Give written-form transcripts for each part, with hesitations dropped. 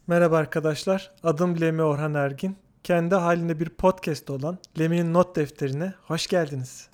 Merhaba arkadaşlar, adım Lemi Orhan Ergin. Kendi halinde bir podcast olan Lemi'nin Not Defteri'ne hoş geldiniz.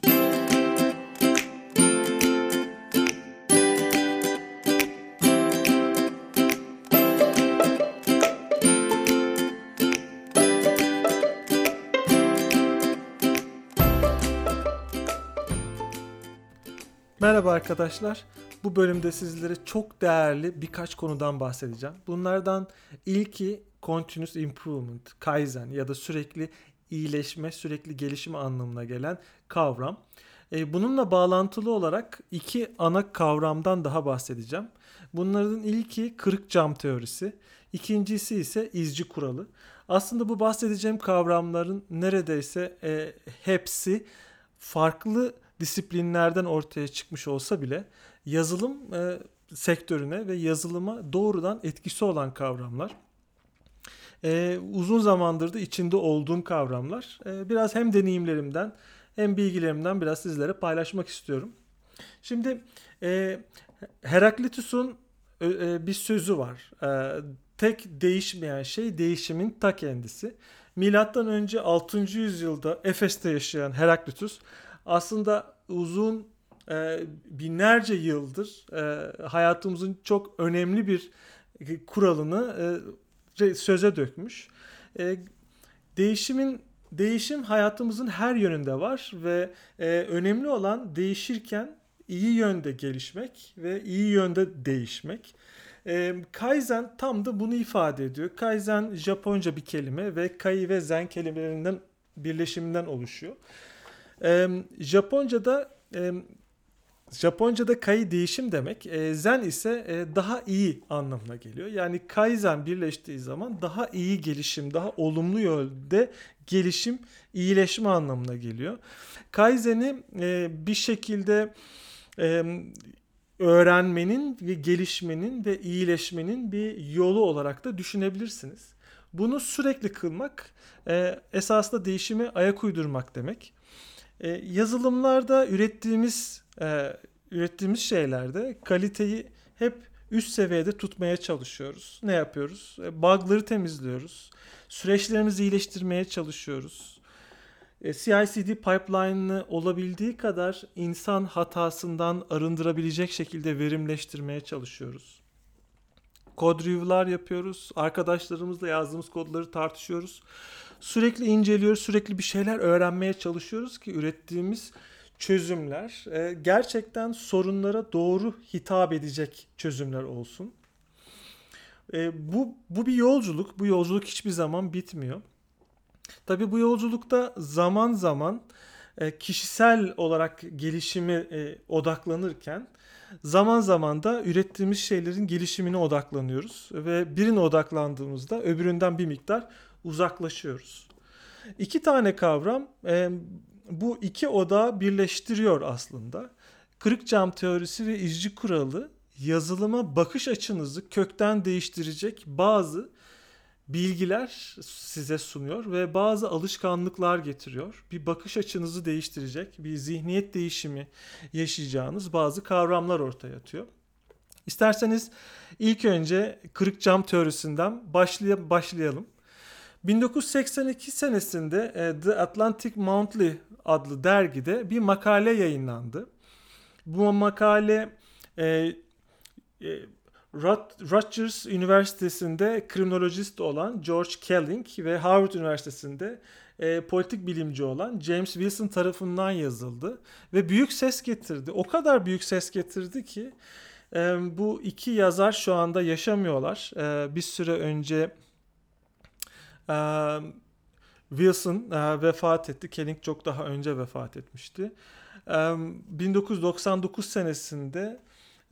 Merhaba arkadaşlar, bu bölümde sizlere çok değerli birkaç konudan bahsedeceğim. Bunlardan ilki Continuous Improvement, Kaizen ya da sürekli iyileşme, sürekli gelişim anlamına gelen kavram. Bununla bağlantılı olarak iki ana kavramdan daha bahsedeceğim. Bunların ilki kırık cam teorisi, ikincisi ise izci kuralı. Aslında bu bahsedeceğim kavramların neredeyse hepsi farklı disiplinlerden ortaya çıkmış olsa bile yazılım sektörüne ve yazılıma doğrudan etkisi olan kavramlar. Uzun zamandır da içinde olduğum kavramlar. Biraz hem deneyimlerimden hem bilgilerimden biraz sizlere paylaşmak istiyorum. Şimdi e, Heraklitus'un bir sözü var. Tek değişmeyen şey değişimin ta kendisi. Milattan önce 6. yüzyılda Efes'te yaşayan Heraklitus aslında uzun binlerce yıldır hayatımızın çok önemli bir kuralını söze dökmüş. E, değişim hayatımızın her yönünde var ve önemli olan değişirken iyi yönde gelişmek ve iyi yönde değişmek. Kaizen tam da bunu ifade ediyor. Kaizen Japonca bir kelime ve Kai ve Zen kelimelerinden birleşiminden oluşuyor. Japonca'da Japonca'da kai değişim demek. Zen ise daha iyi anlamına geliyor. Yani kaizen birleştiği zaman daha iyi gelişim, daha olumlu yönde gelişim, iyileşme anlamına geliyor. Kaizen'i bir şekilde e, öğrenmenin ve gelişmenin ve iyileşmenin bir yolu olarak da düşünebilirsiniz. Bunu sürekli kılmak esasında değişime ayak uydurmak demek. Yazılımlarda ürettiğimiz şeylerde kaliteyi hep üst seviyede tutmaya çalışıyoruz. Ne yapıyoruz? Bug'ları temizliyoruz. Süreçlerimizi iyileştirmeye çalışıyoruz. CI/CD pipeline'ını olabildiği kadar insan hatasından arındırabilecek şekilde verimleştirmeye çalışıyoruz. Kod review'lar yapıyoruz. Arkadaşlarımızla yazdığımız kodları tartışıyoruz. Sürekli inceliyoruz, sürekli bir şeyler öğrenmeye çalışıyoruz ki ürettiğimiz çözümler gerçekten sorunlara doğru hitap edecek çözümler olsun. Bu bir yolculuk. Bu yolculuk hiçbir zaman bitmiyor. Tabii bu yolculukta zaman zaman kişisel olarak gelişimi odaklanırken zaman zaman da ürettiğimiz şeylerin gelişimine odaklanıyoruz ve birine odaklandığımızda öbüründen bir miktar uzaklaşıyoruz. İki tane kavram bu iki odağı birleştiriyor aslında. Kırık cam teorisi ve izci kuralı yazılıma bakış açınızı kökten değiştirecek bazı bilgiler size sunuyor ve bazı alışkanlıklar getiriyor. Bir bakış açınızı değiştirecek, bir zihniyet değişimi yaşayacağınız bazı kavramlar ortaya atıyor. İsterseniz ilk önce kırık cam teorisinden başlayalım. 1982 senesinde The Atlantic Monthly adlı dergide bir makale yayınlandı. Bu makale e, e, Rutgers Üniversitesi'nde kriminolojist olan George Kelling ve Harvard Üniversitesi'nde politik bilimci olan James Wilson tarafından yazıldı ve büyük ses getirdi. O kadar büyük ses getirdi ki bu iki yazar şu anda yaşamıyorlar. Bir süre önce Wilson vefat etti. Kelling çok daha önce vefat etmişti. 1999 senesinde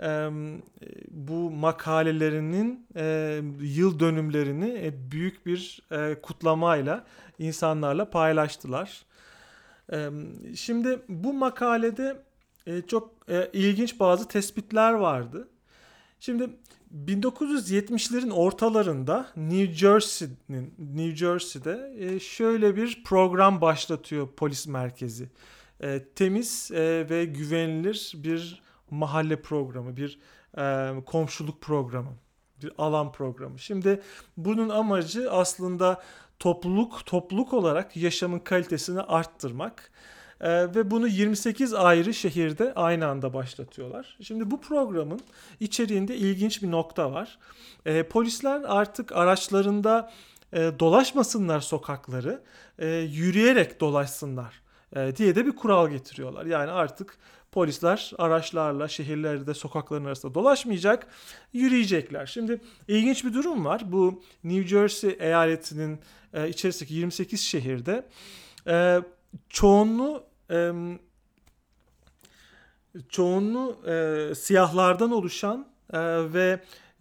bu makalelerinin yıl dönümlerini büyük bir kutlamayla insanlarla paylaştılar. Şimdi bu makalede çok ilginç bazı tespitler vardı. Şimdi 1970'lerin ortalarında New Jersey'de şöyle bir program başlatıyor polis merkezi. Temiz ve güvenilir bir mahalle programı, bir komşuluk programı. bir alan programı. Şimdi bunun amacı aslında topluluk olarak yaşamın kalitesini arttırmak. Ve bunu 28 ayrı şehirde aynı anda başlatıyorlar. Şimdi bu programın içeriğinde ilginç bir nokta var. Polisler artık araçlarında dolaşmasınlar sokakları, yürüyerek dolaşsınlar diye de bir kural getiriyorlar. Yani artık polisler araçlarla şehirlerde sokakların arasında dolaşmayacak, yürüyecekler. Şimdi ilginç bir durum var. Bu New Jersey eyaletinin içerisindeki 28 şehirde e, çoğunluğu siyahlardan oluşan ve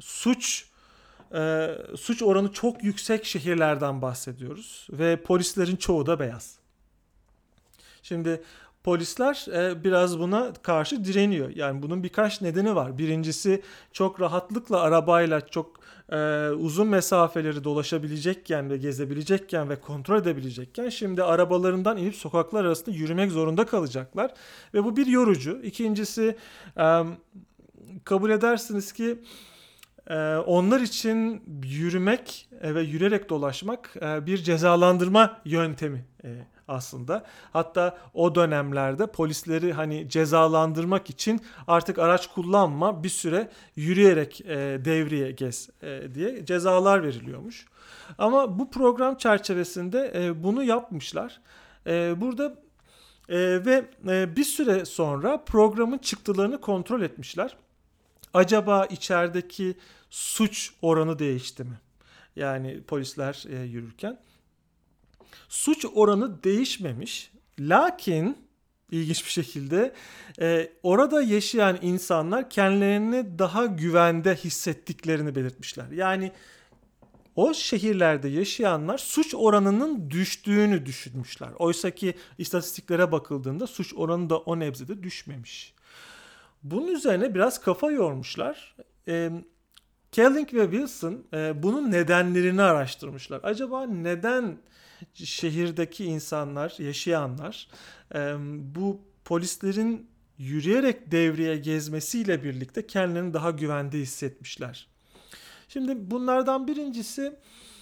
suç oranı çok yüksek şehirlerden bahsediyoruz ve polislerin çoğu da beyaz. Şimdi polisler biraz buna karşı direniyor. Yani bunun birkaç nedeni var. Birincisi, çok rahatlıkla arabayla çok uzun mesafeleri dolaşabilecekken ve gezebilecekken ve kontrol edebilecekken şimdi arabalarından inip sokaklar arasında yürümek zorunda kalacaklar. Ve bu bir yorucu. İkincisi, kabul edersiniz ki onlar için yürümek ve yürüyerek dolaşmak bir cezalandırma yöntemi aslında. Hatta o dönemlerde polisleri hani cezalandırmak için artık araç kullanma, bir süre yürüyerek devriye gez diye cezalar veriliyormuş. Ama bu program çerçevesinde bunu yapmışlar. Burada bir süre sonra programın çıktılarını kontrol etmişler. Acaba içerideki suç oranı değişti mi? Yani polisler yürürken. Suç oranı değişmemiş. Lakin ilginç bir şekilde orada yaşayan insanlar kendilerini daha güvende hissettiklerini belirtmişler. Yani o şehirlerde yaşayanlar suç oranının düştüğünü düşünmüşler. Oysa ki istatistiklere bakıldığında suç oranı da o nebzede düşmemiş. Bunun üzerine biraz kafa yormuşlar. Kelling ve Wilson bunun nedenlerini araştırmışlar. Acaba neden şehirdeki insanlar, yaşayanlar bu polislerin yürüyerek devriye gezmesiyle birlikte kendilerini daha güvende hissetmişler? Şimdi bunlardan birincisi,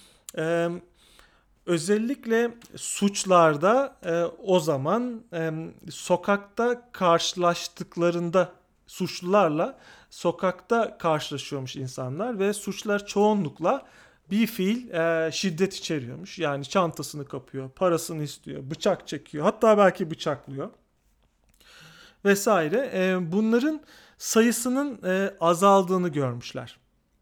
özellikle suçlarda o zaman sokakta karşılaştıklarında suçlularla sokakta karşılaşıyormuş insanlar ve suçlar çoğunlukla bir fiil şiddet içeriyormuş. Yani çantasını kapıyor, parasını istiyor, bıçak çekiyor, hatta belki bıçaklıyor vesaire. Bunların sayısının azaldığını görmüşler.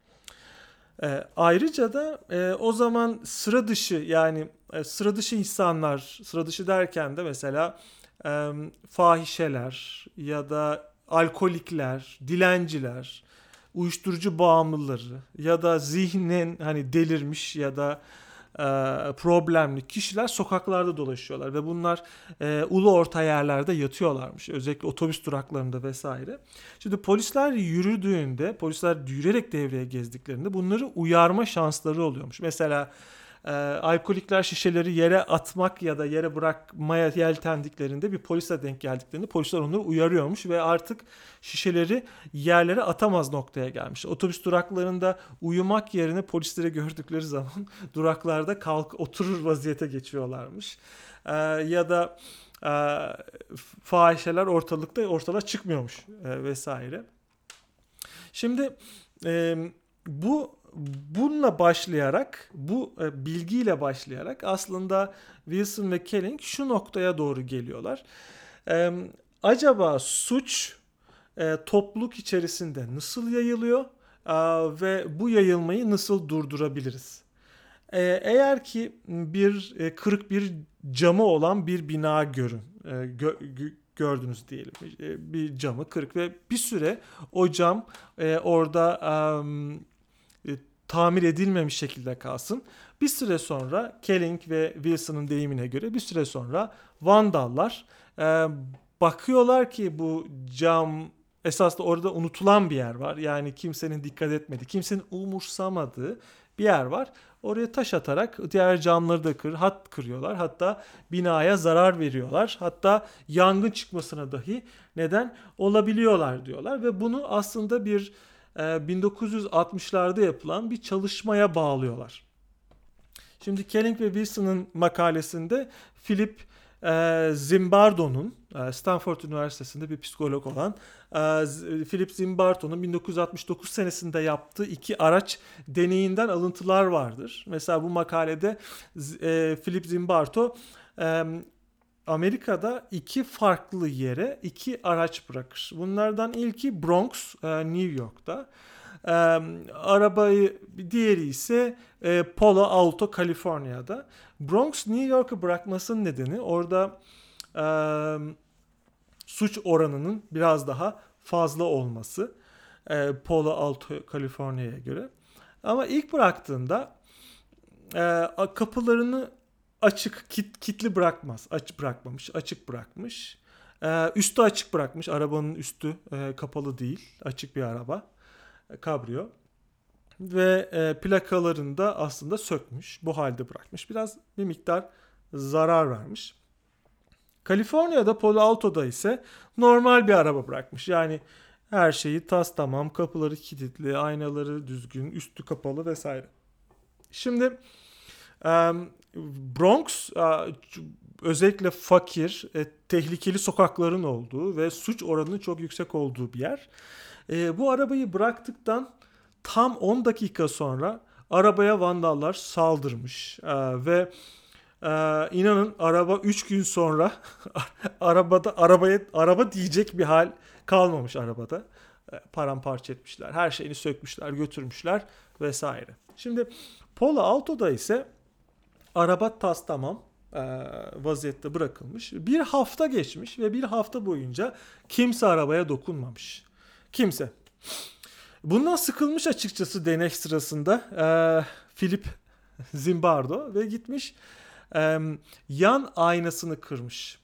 Ayrıca da o zaman sıra dışı, yani sıra dışı insanlar, sıra dışı derken de mesela fahişeler ya da alkolikler, dilenciler, uyuşturucu bağımlıları ya da zihnen hani delirmiş ya da problemli kişiler sokaklarda dolaşıyorlar ve bunlar ulu orta yerlerde yatıyorlarmış. Özellikle otobüs duraklarında vesaire. Şimdi polisler yürüyerek devreye gezdiklerinde bunları uyarma şansları oluyormuş. Mesela alkolikler şişeleri yere atmak ya da yere bırakmaya yeltendiklerinde bir polise denk geldiklerinde polisler onları uyarıyormuş ve artık şişeleri yerlere atamaz noktaya gelmiş. Otobüs duraklarında uyumak yerine polisleri gördükleri zaman duraklarda oturur vaziyete geçiyorlarmış. Ya da fahişeler ortalığa çıkmıyormuş vesaire. Şimdi bununla başlayarak, bu bilgiyle başlayarak aslında Wilson ve Kelling şu noktaya doğru geliyorlar. Acaba suç topluluk içerisinde nasıl yayılıyor ve bu yayılmayı nasıl durdurabiliriz? Eğer ki kırık bir camı olan bir bina gördünüz diyelim. Bir camı kırık ve bir süre o cam orada tamir edilmemiş şekilde kalsın. Bir süre sonra Kelling ve Wilson'ın deyimine göre bir süre sonra vandallar bakıyorlar ki bu cam esasında orada unutulan bir yer var. Yani kimsenin dikkat etmediği, kimsenin umursamadığı bir yer var. Oraya taş atarak diğer camları da kırıyorlar. Hatta binaya zarar veriyorlar. Hatta yangın çıkmasına dahi neden olabiliyorlar diyorlar. Ve bunu aslında bir 1960'larda yapılan bir çalışmaya bağlıyorlar. Şimdi Kelling ve Wilson'ın makalesinde Philip Zimbardo'nun, Stanford Üniversitesi'nde bir psikolog olan Philip Zimbardo'nun 1969 senesinde yaptığı 2 araç deneyinden alıntılar vardır. Mesela bu makalede Philip Zimbardo Amerika'da 2 farklı yere 2 araç bırakır. Bunlardan ilki Bronx, New York'ta. Arabayı, diğeri ise Palo Alto, Kaliforniya'da. Bronx, New York'u bırakmasının nedeni orada suç oranının biraz daha fazla olması, Palo Alto, Kaliforniya'ya göre. Ama ilk bıraktığında kapılarını açık, kilitli bırakmaz. Açık bırakmamış, açık bırakmış. Üstü açık bırakmış. Arabanın üstü kapalı değil. Açık bir araba. Kabrio. Ve plakalarını da aslında sökmüş. Bu halde bırakmış. Biraz bir miktar zarar vermiş. Kaliforniya'da, Palo Alto'da ise normal bir araba bırakmış. Yani her şeyi tas tamam, kapıları kilitli, aynaları düzgün, üstü kapalı vesaire. Şimdi Bronx özellikle fakir, tehlikeli sokakların olduğu ve suç oranının çok yüksek olduğu bir yer. Bu arabayı bıraktıktan tam 10 dakika sonra arabaya vandallar saldırmış ve inanın araba 3 gün sonra araba diyecek bir hal kalmamış arabada. Paramparça etmişler, her şeyini sökmüşler, götürmüşler vesaire. Şimdi Palo Alto'da ise araba tas tamam vaziyette bırakılmış. Bir hafta geçmiş ve bir hafta boyunca kimse arabaya dokunmamış. Kimse. Bundan sıkılmış açıkçası deney sırasında Philip Zimbardo ve gitmiş yan aynasını kırmış.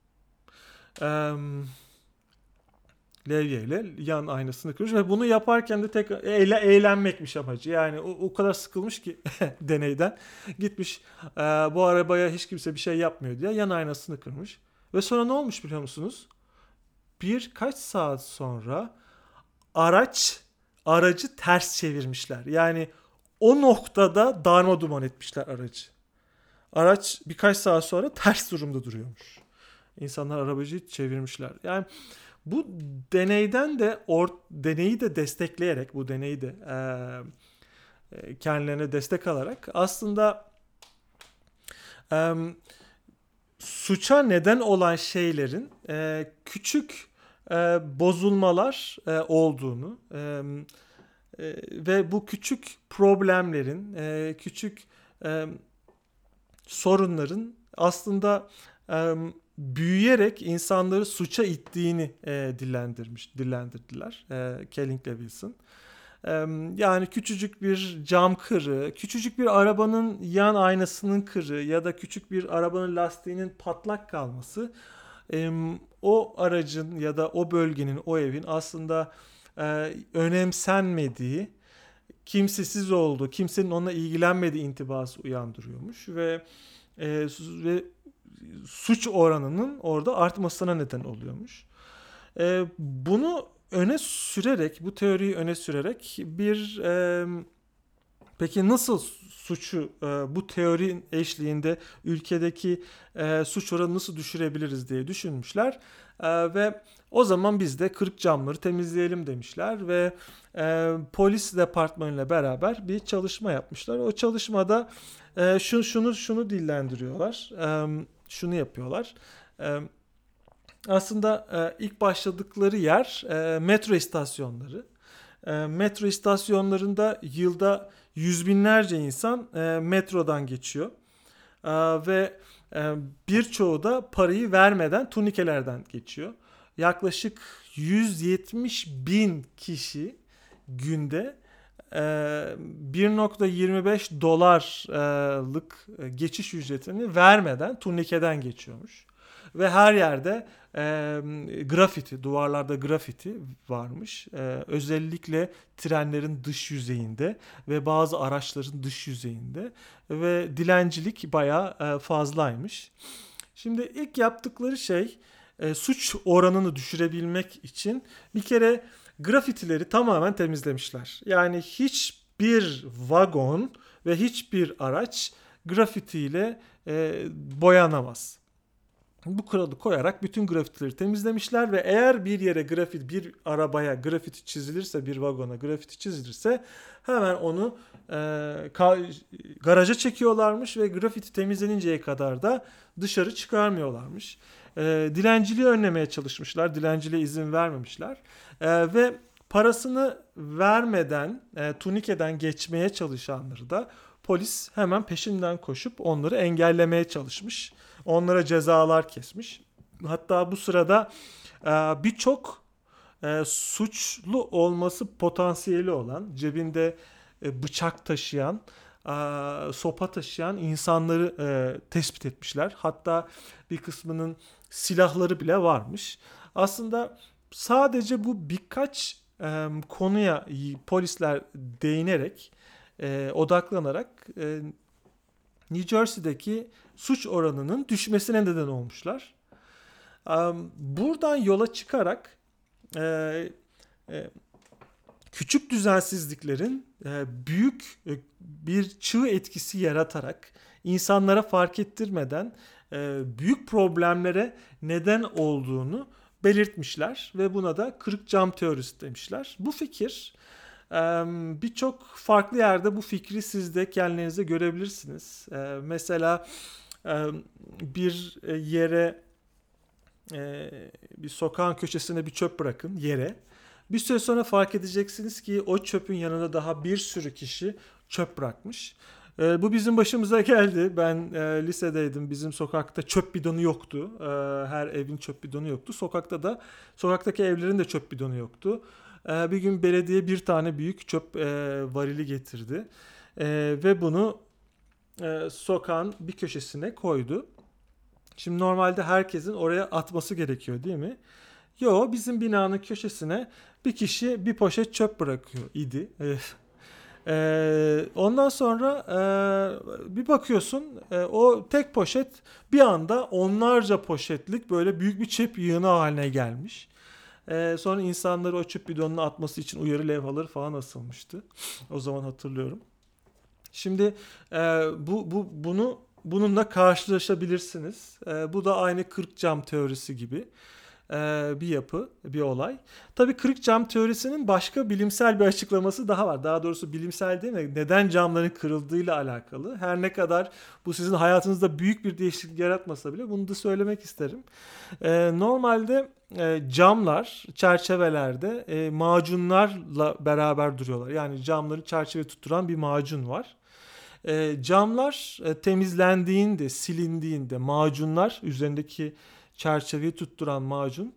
Levyeyle yan aynasını kırmış ve bunu yaparken de tek eğlenmekmiş amacı. Yani o kadar sıkılmış ki deneyden gitmiş bu arabaya hiç kimse bir şey yapmıyor diye yan aynasını kırmış. Ve sonra ne olmuş biliyor musunuz? Birkaç saat sonra aracı ters çevirmişler. Yani o noktada darmaduman etmişler aracı. Araç birkaç saat sonra ters durumda duruyormuş. İnsanlar arabacıyı çevirmişler. Yani bu deneyden de deneyi de destekleyerek, bu deneyi de kendilerine destek alarak aslında suça neden olan şeylerin küçük bozulmalar olduğunu ve bu küçük problemlerin, küçük sorunların aslında büyüyerek insanları suça ittiğini dillendirdiler Kelling ile Wilson. Yani küçücük bir cam kırığı, küçücük bir arabanın yan aynasının kırığı ya da küçük bir arabanın lastiğinin patlak kalması o aracın ya da o bölgenin, o evin aslında önemsenmediği, kimsesiz olduğu, kimsenin onunla ilgilenmediği intibası uyandırıyormuş ve suç oranının orada artmasına neden oluyormuş. Bunu öne sürerek, bu teoriyi öne sürerek peki nasıl suçu bu teorinin eşliğinde ülkedeki suç oranını nasıl düşürebiliriz diye düşünmüşler. Ve o zaman biz de kırık camları temizleyelim demişler ve polis departmanıyla beraber bir çalışma yapmışlar. O çalışmada şunu dillendiriyorlar, şunu yapıyorlar. Aslında ilk başladıkları yer metro istasyonları. Metro istasyonlarında yılda yüz binlerce insan metrodan geçiyor. Ve birçoğu da parayı vermeden turnikelerden geçiyor. Yaklaşık 170 bin kişi günde 1.25 dolarlık geçiş ücretini vermeden turnikeden geçiyormuş. Ve her yerde grafiti, duvarlarda grafiti varmış. Özellikle trenlerin dış yüzeyinde ve bazı araçların dış yüzeyinde ve dilencilik bayağı fazlaymış. Şimdi ilk yaptıkları şey suç oranını düşürebilmek için bir kere grafitileri tamamen temizlemişler. Yani hiçbir vagon ve hiçbir araç grafitiyle boyanamaz. Bu kuralı koyarak bütün grafitileri temizlemişler ve eğer bir yere bir arabaya grafiti çizilirse, bir vagona grafiti çizilirse hemen onu garaja çekiyorlarmış ve grafiti temizleninceye kadar da dışarı çıkarmıyorlarmış. Dilenciliği önlemeye çalışmışlar, dilenciliğe izin vermemişler ve parasını vermeden turnikeden geçmeye çalışanları da polis hemen peşinden koşup onları engellemeye çalışmış. Onlara cezalar kesmiş. Hatta bu sırada birçok suçlu olması potansiyeli olan, cebinde bıçak taşıyan, sopa taşıyan insanları tespit etmişler. Hatta bir kısmının silahları bile varmış. Aslında sadece bu birkaç konuya polisler değinerek, odaklanarak New Jersey'deki suç oranının düşmesine neden olmuşlar. Buradan yola çıkarak küçük düzensizliklerin büyük bir çığ etkisi yaratarak insanlara fark ettirmeden büyük problemlere neden olduğunu belirtmişler ve buna da kırık cam teorisi demişler. Bu fikir birçok farklı yerde bu fikri siz de kendinize görebilirsiniz. Mesela bir yere, bir sokağın köşesine bir çöp bırakın yere. Bir süre sonra fark edeceksiniz ki o çöpün yanında daha bir sürü kişi çöp bırakmış. Bu bizim başımıza geldi. Ben lisedeydim. Bizim sokakta çöp bidonu yoktu. Her evin çöp bidonu yoktu. Sokaktaki evlerin de çöp bidonu yoktu. Bir gün belediye bir tane büyük çöp varili getirdi. Ve bunu sokağın bir köşesine koydu. Şimdi normalde herkesin oraya atması gerekiyor değil mi? Yo, bizim binanın köşesine bir kişi bir poşet çöp bırakıyor idi. Ondan sonra bir bakıyorsun o tek poşet bir anda onlarca poşetlik böyle büyük bir çöp yığını haline gelmiş. Sonra insanları o çöp bidonuna atması için uyarı levhaları falan asılmıştı. O zaman hatırlıyorum. Şimdi bununla karşılaşabilirsiniz. Bu da aynı kırık cam teorisi gibi bir yapı, bir olay. Tabii kırık cam teorisinin başka bilimsel bir açıklaması daha var. Daha doğrusu bilimsel değil mi? Neden camların kırıldığıyla alakalı. Her ne kadar bu sizin hayatınızda büyük bir değişiklik yaratmasa bile bunu da söylemek isterim. Normalde camlar, çerçevelerde macunlarla beraber duruyorlar. Yani camları çerçeve tutturan bir macun var. Camlar temizlendiğinde, silindiğinde macunlar üzerindeki çerçeveyi tutturan macun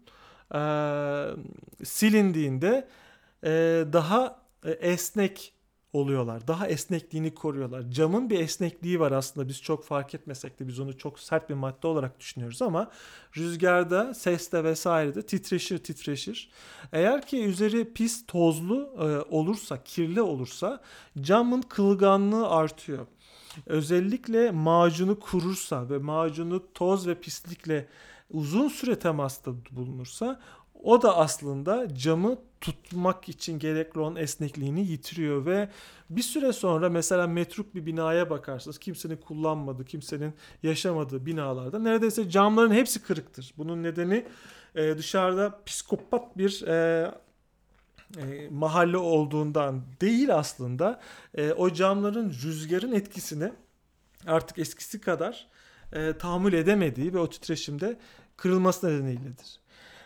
silindiğinde daha esnek oluyorlar. Daha esnekliğini koruyorlar. Camın bir esnekliği var aslında. Biz çok fark etmesek de biz onu çok sert bir madde olarak düşünüyoruz ama rüzgarda, seste vesairede titreşir. Eğer ki üzeri pis, tozlu olursa, kirli olursa camın kırılganlığı artıyor. Özellikle macunu kurursa ve macunu toz ve pislikle uzun süre temasta bulunursa o da aslında camı tutmak için gerekli olan esnekliğini yitiriyor ve bir süre sonra mesela metruk bir binaya bakarsınız. Kimsenin kullanmadığı, kimsenin yaşamadığı binalarda neredeyse camların hepsi kırıktır. Bunun nedeni dışarıda psikopat bir mahalle olduğundan değil aslında. O camların rüzgarın etkisini artık eskisi kadar tahammül edemediği ve o titreşimde kırılması nedeniyledir.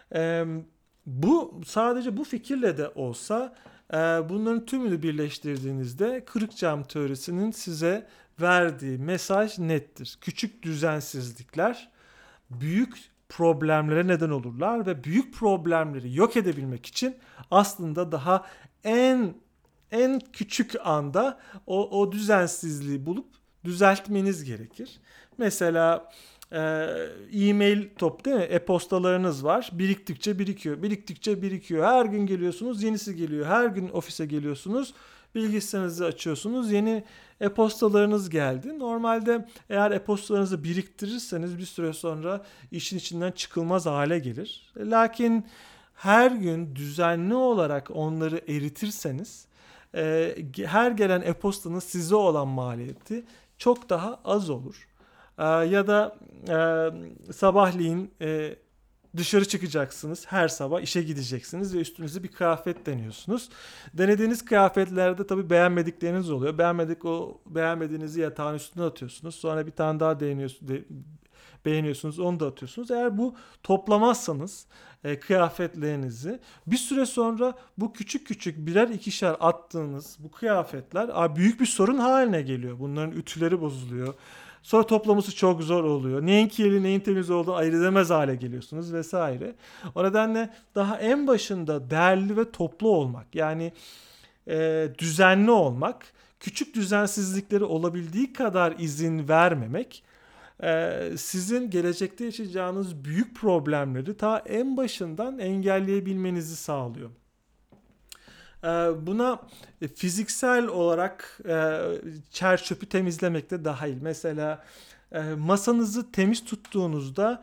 Bu sadece bu fikirle de olsa bunların tümünü birleştirdiğinizde kırık cam teorisinin size verdiği mesaj nettir. Küçük düzensizlikler büyük problemlere neden olurlar ve büyük problemleri yok edebilmek için aslında daha en küçük anda o düzensizliği bulup düzeltmeniz gerekir. Mesela e-mail değil mi? E-postalarınız var. Biriktikçe birikiyor. Her gün geliyorsunuz, yenisi geliyor. Her gün ofise geliyorsunuz. Bilgisayarınızı açıyorsunuz. Yeni e-postalarınız geldi. Normalde eğer e-postalarınızı biriktirirseniz bir süre sonra işin içinden çıkılmaz hale gelir. Lakin her gün düzenli olarak onları eritirseniz her gelen e-postanın size olan maliyeti çok daha az olur. Ya da sabahleyin dışarı çıkacaksınız. Her sabah işe gideceksiniz ve üstünüze bir kıyafet deniyorsunuz. Denediğiniz kıyafetlerde tabii beğenmedikleriniz oluyor. Beğenmediğinizi yatağın üstüne atıyorsunuz. Sonra bir tane daha beğeniyorsunuz, onu da atıyorsunuz. Eğer bu toplamazsanız kıyafetlerinizi bir süre sonra bu küçük küçük birer ikişer attığınız bu kıyafetler büyük bir sorun haline geliyor. Bunların ütüleri bozuluyor. Sonra toplaması çok zor oluyor. Neyin kirli neyin temiz olduğunu ayırt edemez hale geliyorsunuz vesaire. O nedenle daha en başında değerli ve toplu olmak, yani düzenli olmak, küçük düzensizlikleri olabildiği kadar izin vermemek sizin gelecekte yaşayacağınız büyük problemleri ta en başından engelleyebilmenizi sağlıyor. Buna fiziksel olarak çer çöpü temizlemek de dahil. Mesela masanızı temiz tuttuğunuzda,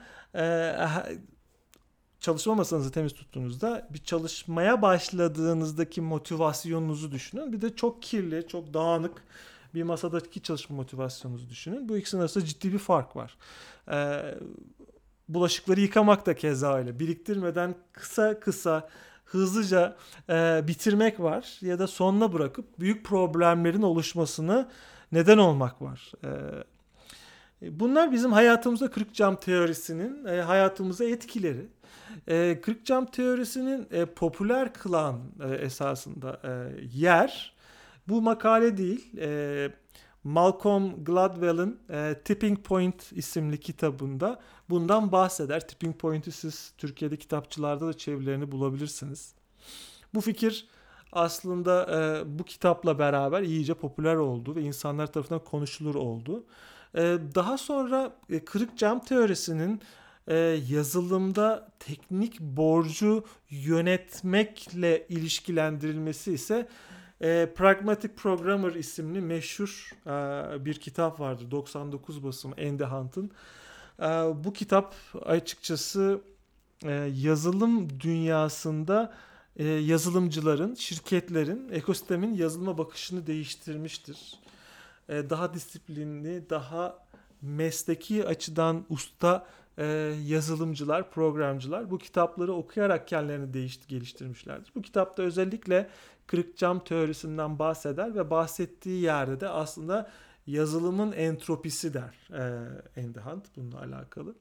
çalışma masanızı temiz tuttuğunuzda bir çalışmaya başladığınızdaki motivasyonunuzu düşünün. Bir de çok kirli, çok dağınık bir masadaki çalışma motivasyonunuzu düşünün. Bu ikisinin arasında ciddi bir fark var. Bulaşıkları yıkamak da keza öyle. Biriktirmeden kısa kısa hızlıca bitirmek var ya da sonuna bırakıp büyük problemlerin oluşmasına neden olmak var. Bunlar bizim hayatımızda kırık cam teorisinin hayatımıza etkileri. Kırık cam teorisinin popüler kılan esasında yer bu makale değil. Malcolm Gladwell'ın Tipping Point isimli kitabında bundan bahseder. Tipping Point'i siz Türkiye'de kitapçılarda da çevirilerini bulabilirsiniz. Bu fikir aslında bu kitapla beraber iyice popüler oldu ve insanlar tarafından konuşulur oldu. Daha sonra kırık cam teorisinin yazılımda teknik borcu yönetmekle ilişkilendirilmesi ise Pragmatic Programmer isimli meşhur bir kitap vardır. 99 basımı Andy Hunt'ın. Bu kitap açıkçası yazılım dünyasında yazılımcıların, şirketlerin, ekosistemin yazılıma bakışını değiştirmiştir. Daha disiplinli, daha mesleki açıdan usta yazılımcılar, programcılar bu kitapları okuyarak kendilerini geliştirmişlerdir. Bu kitapta özellikle kırık cam teorisinden bahseder ve bahsettiği yerde de aslında yazılımın entropisi der Andy Hunt bununla alakalı.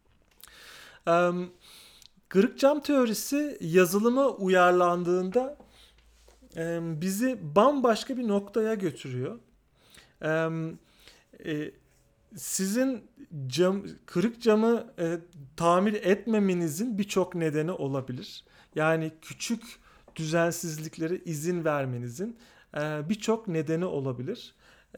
Kırık cam teorisi yazılıma uyarlandığında bizi bambaşka bir noktaya götürüyor. Sizin kırık camı tamir etmemenizin birçok nedeni olabilir. Yani küçük düzensizliklere izin vermenizin birçok nedeni olabilir.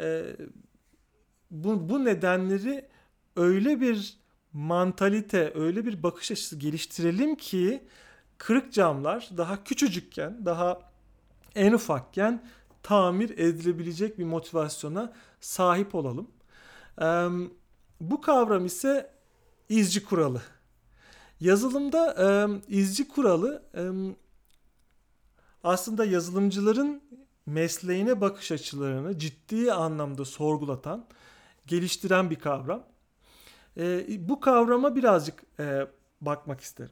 Bu nedenleri öyle bir mantalite, öyle bir bakış açısı geliştirelim ki kırık camlar daha küçücükken, daha en ufakken tamir edilebilecek bir motivasyona sahip olalım. Bu kavram ise izci kuralı. Yazılımda izci kuralı aslında yazılımcıların mesleğine bakış açılarını ciddi anlamda sorgulatan, geliştiren bir kavram. Bu kavrama birazcık bakmak isterim.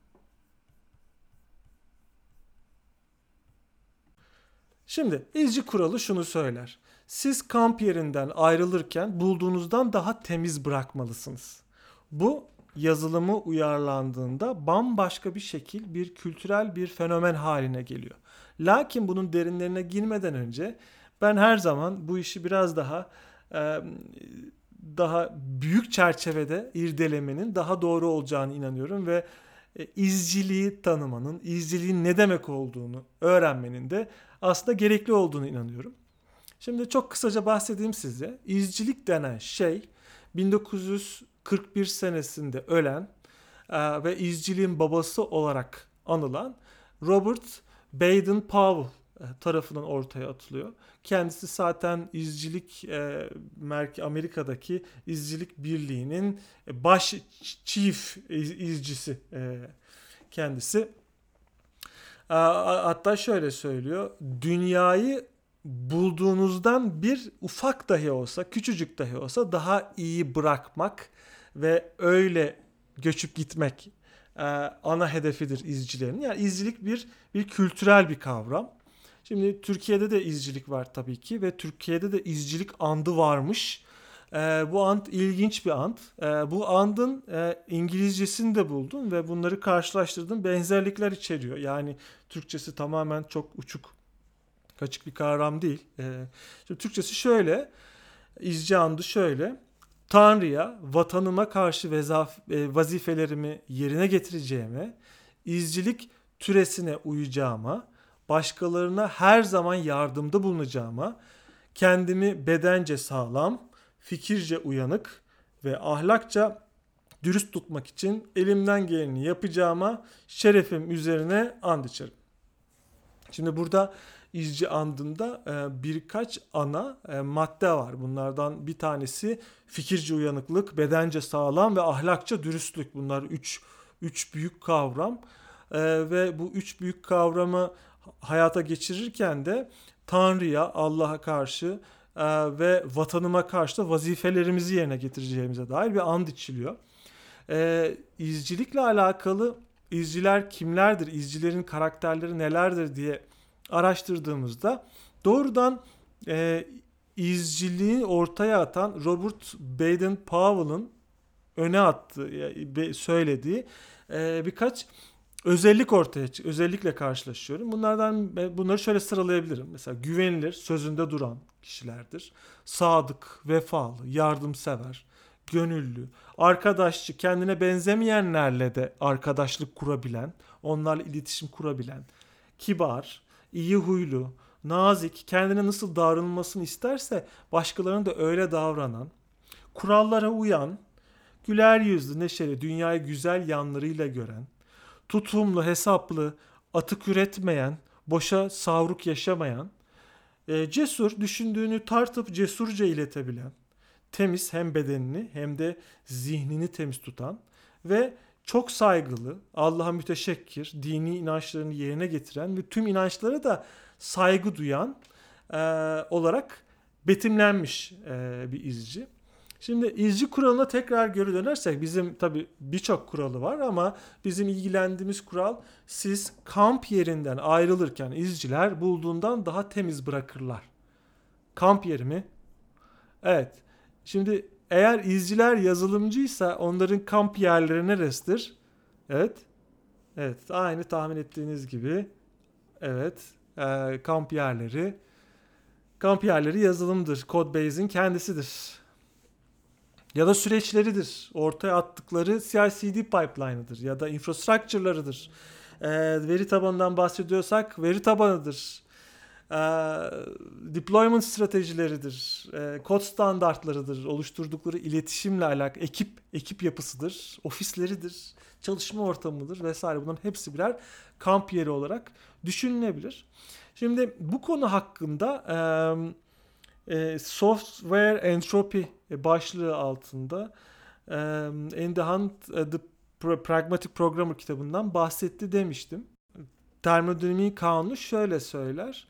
Şimdi izci kuralı şunu söyler. Siz kamp yerinden ayrılırken bulduğunuzdan daha temiz bırakmalısınız. Bu yazılımı uyarlandığında bambaşka bir şekil, bir kültürel bir fenomen haline geliyor. Lakin bunun derinlerine girmeden önce ben her zaman bu işi biraz daha büyük çerçevede irdelemenin daha doğru olacağını inanıyorum ve izciliği tanımanın, izciliğin ne demek olduğunu öğrenmenin de aslında gerekli olduğunu inanıyorum. Şimdi çok kısaca bahsedeyim size. İzcilik denen şey 1941 senesinde ölen ve izciliğin babası olarak anılan Robert Baden-Powell tarafından ortaya atılıyor. Kendisi zaten izcilik Amerika'daki izcilik birliğinin baş chief izcisi kendisi. Hatta şöyle söylüyor. Dünyayı bulduğunuzdan bir ufak dahi olsa, küçücük dahi olsa daha iyi bırakmak ve öyle göçüp gitmek e, ana hedefidir izcilerin. Yani izcilik bir kültürel bir kavram. Şimdi Türkiye'de de izcilik var tabii ki ve Türkiye'de de izcilik andı varmış. Bu and ilginç bir and. Bu andın İngilizcesini de buldum ve bunları karşılaştırdım. Benzerlikler içeriyor. Yani Türkçesi tamamen çok uçuk, kaçık bir kavram değil. Şimdi Türkçesi şöyle, izci andı şöyle. Tanrı'ya, vatanıma karşı vazifelerimi yerine getireceğime, izcilik türesine uyacağıma, başkalarına her zaman yardımda bulunacağıma, kendimi bedence sağlam, fikirce uyanık ve ahlakça dürüst tutmak için elimden geleni yapacağıma şerefim üzerine and içerim. Şimdi burada izci andında birkaç ana madde var. Bunlardan bir tanesi fikirce uyanıklık, bedence sağlam ve ahlakça dürüstlük. Bunlar üç büyük kavram. Ve bu üç büyük kavramı hayata geçirirken de Tanrı'ya, Allah'a karşı ve vatanıma karşı da vazifelerimizi yerine getireceğimize dair bir and içiliyor. İzcilikle alakalı izciler kimlerdir, izcilerin karakterleri nelerdir diye araştırdığımızda doğrudan izciliği ortaya atan Robert Baden-Powell'ın öne attığı, söylediği birkaç özellikle karşılaşıyorum. Bunları şöyle sıralayabilirim. Mesela güvenilir, sözünde duran kişilerdir. Sadık, vefalı, yardımsever, gönüllü, arkadaşçı, kendine benzemeyenlerle de arkadaşlık kurabilen, onlarla iletişim kurabilen, kibar, iyi huylu, nazik, kendine nasıl davranılmasını isterse başkalarına da öyle davranan, kurallara uyan, güler yüzlü, neşeli, dünyayı güzel yanlarıyla gören, tutumlu, hesaplı, atık üretmeyen, boşa savruk yaşamayan, cesur, düşündüğünü tartıp cesurca iletebilen, temiz hem bedenini hem de zihnini temiz tutan ve çok saygılı, Allah'a müteşekkir, dini inançlarını yerine getiren ve tüm inançlara da saygı duyan olarak betimlenmiş bir izci. Şimdi izci kuralına tekrar geri dönersek bizim tabi birçok kuralı var ama bizim ilgilendiğimiz kural siz kamp yerinden ayrılırken izciler bulduğundan daha temiz bırakırlar. Kamp yeri mi? Evet. Şimdi eğer izciler yazılımcıysa onların kamp yerleri neresidir? Evet. Evet. Aynı tahmin ettiğiniz gibi. Evet. Kamp yerleri. Kamp yerleri yazılımdır. Codebase'in kendisidir. Ya da süreçleridir. Ortaya attıkları CI/CD pipeline'ıdır. Ya da infrastructure'larıdır. Veri tabanından bahsediyorsak veri tabanıdır. Deployment stratejileridir. Kod standartlarıdır. Oluşturdukları iletişimle alakalı ekip yapısıdır. Ofisleridir. Çalışma ortamıdır vesaire. Bunların hepsi birer kamp yeri olarak düşünülebilir. Şimdi bu konu hakkında Software Entropy başlığı altında Andy Hunt The Pragmatic Programmer kitabından bahsetti demiştim. Termodinamik kanunu şöyle söyler.